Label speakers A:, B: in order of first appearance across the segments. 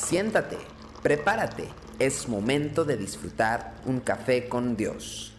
A: Siéntate, prepárate, es momento de disfrutar un café con Dios.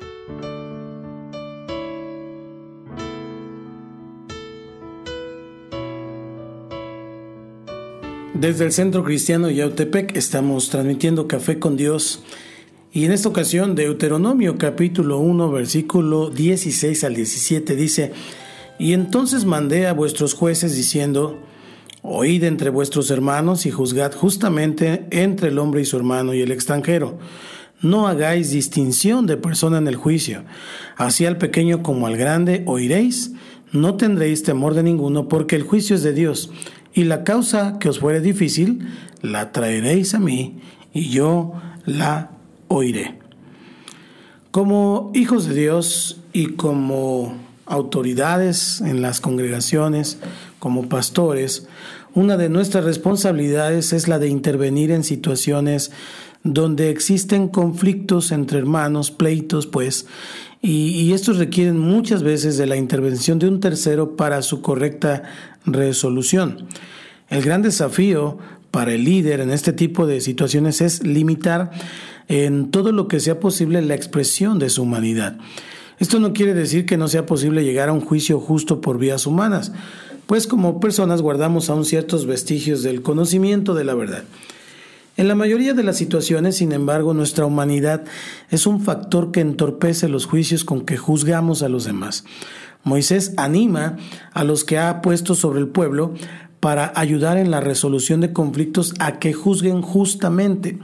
B: Desde el Centro Cristiano Yautepec estamos transmitiendo Café con Dios y en esta ocasión Deuteronomio capítulo 1 versículo 16 al 17 dice: Y entonces mandé a vuestros jueces diciendo: Oíd entre vuestros hermanos y juzgad justamente entre el hombre y su hermano y el extranjero. No hagáis distinción de persona en el juicio, así al pequeño como al grande oiréis, no tendréis temor de ninguno, porque el juicio es de Dios, y la causa que os fuere difícil, la traeréis a mí, y yo la oiré. Como hijos de Dios y como autoridades en las congregaciones, como pastores, una de nuestras responsabilidades es la de intervenir en situaciones donde existen conflictos entre hermanos, pleitos, y estos requieren muchas veces de la intervención de un tercero para su correcta resolución. El gran desafío para el líder en este tipo de situaciones es limitar en todo lo que sea posible la expresión de su humanidad. Esto no quiere decir que no sea posible llegar a un juicio justo por vías humanas, pues como personas guardamos aún ciertos vestigios del conocimiento de la verdad. En la mayoría de las situaciones, sin embargo, nuestra humanidad es un factor que entorpece los juicios con que juzgamos a los demás. Moisés anima a los que ha puesto sobre el pueblo para ayudar en la resolución de conflictos a que juzguen justamente.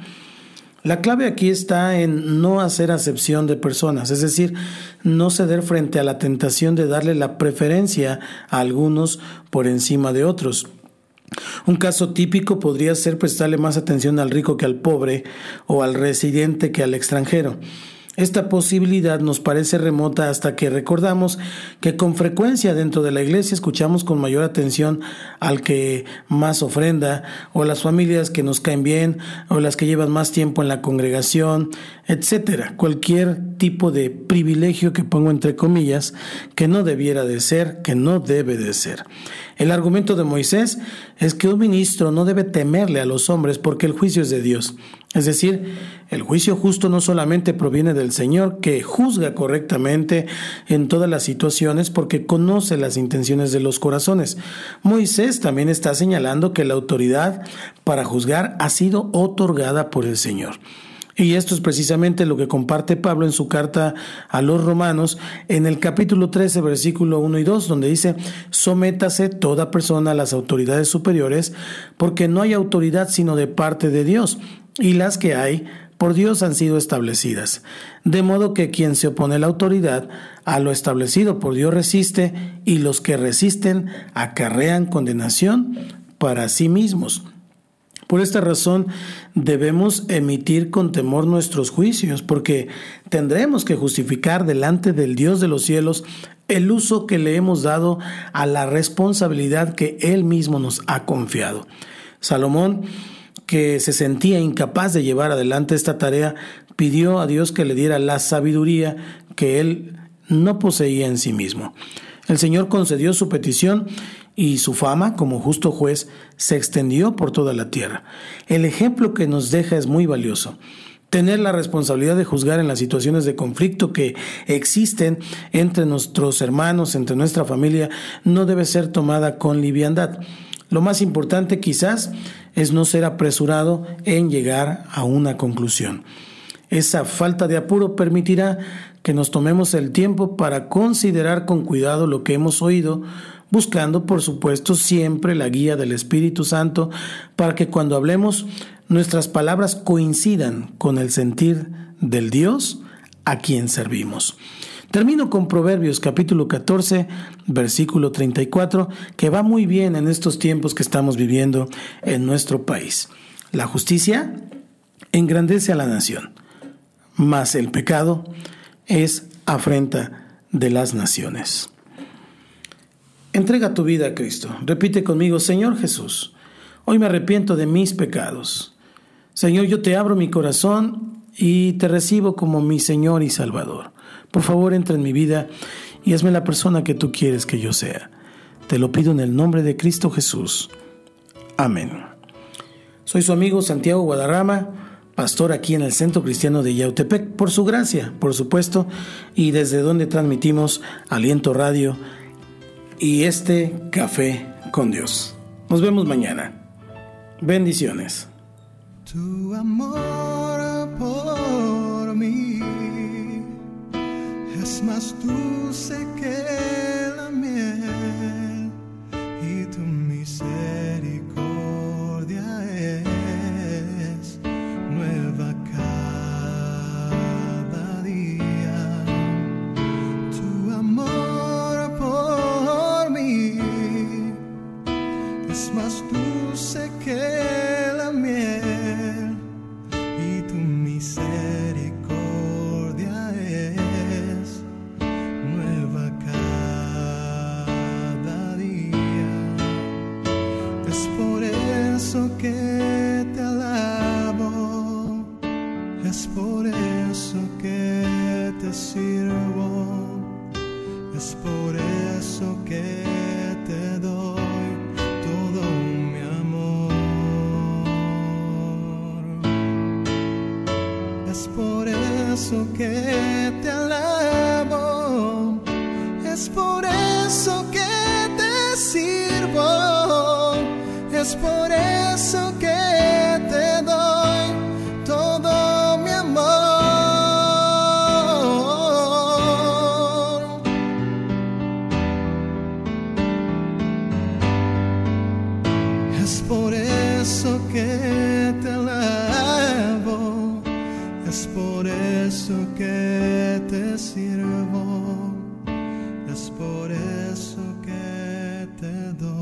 B: La clave aquí está en no hacer acepción de personas, es decir, no ceder frente a la tentación de darle la preferencia a algunos por encima de otros. Un caso típico podría ser prestarle más atención al rico que al pobre o al residente que al extranjero. Esta posibilidad nos parece remota hasta que recordamos que con frecuencia dentro de la iglesia escuchamos con mayor atención al que más ofrenda, o las familias que nos caen bien, o las que llevan más tiempo en la congregación, etcétera. Cualquier tipo de privilegio que pongo entre comillas, que no debiera de ser, que no debe de ser. El argumento de Moisés es que un ministro no debe temerle a los hombres porque el juicio es de Dios. Es decir, el juicio justo no solamente proviene del Señor, que juzga correctamente en todas las situaciones porque conoce las intenciones de los corazones. Moisés también está señalando que la autoridad para juzgar ha sido otorgada por el Señor. Y esto es precisamente lo que comparte Pablo en su carta a los Romanos en el capítulo 13, versículo 1 y 2, donde dice: Sométase toda persona a las autoridades superiores, porque no hay autoridad sino de parte de Dios, y las que hay por Dios han sido establecidas. De modo que quien se opone a la autoridad, a lo establecido por Dios resiste, y los que resisten acarrean condenación para sí mismos. Por esta razón debemos emitir con temor nuestros juicios, porque tendremos que justificar delante del Dios de los cielos el uso que le hemos dado a la responsabilidad que Él mismo nos ha confiado. Salomón, que se sentía incapaz de llevar adelante esta tarea, pidió a Dios que le diera la sabiduría que él no poseía en sí mismo. El Señor concedió su petición y su fama como justo juez se extendió por toda la tierra. El ejemplo que nos deja es muy valioso. Tener la responsabilidad de juzgar en las situaciones de conflicto que existen entre nuestros hermanos, entre nuestra familia, no debe ser tomada con liviandad. Lo más importante quizás es no ser apresurado en llegar a una conclusión. Esa falta de apuro permitirá que nos tomemos el tiempo para considerar con cuidado lo que hemos oído, buscando, por supuesto, siempre la guía del Espíritu Santo para que cuando hablemos nuestras palabras coincidan con el sentir del Dios a quien servimos. Termino con Proverbios capítulo 14, versículo 34, que va muy bien en estos tiempos que estamos viviendo en nuestro país. La justicia engrandece a la nación, mas el pecado es afrenta de las naciones. Entrega tu vida a Cristo. Repite conmigo: Señor Jesús, hoy me arrepiento de mis pecados. Señor, yo te abro mi corazón y te recibo como mi Señor y Salvador. Por favor, entra en mi vida y hazme la persona que tú quieres que yo sea. Te lo pido en el nombre de Cristo Jesús. Amén. Soy su amigo Santiago Guadarrama, pastor aquí en el Centro Cristiano de Yautepec, por su gracia, por supuesto, y desde donde transmitimos Aliento Radio y este Café con Dios. Nos vemos mañana. Bendiciones.
C: Tu amor por mí es más dulce que la miel y tu misericordia es nueva cada día. Tu amor por mí es más dulce que la miel y tu misericordia es nueva cada día. Es por eso que te alabo, es por eso que te sirvo, es por eso que te doy todo mi amor. Es por eso que te alabo, es por eso que te sirvo, es por eso que te doy todo mi amor. Es por eso que te alabo, es por eso que te sirvo, es por eso que te doy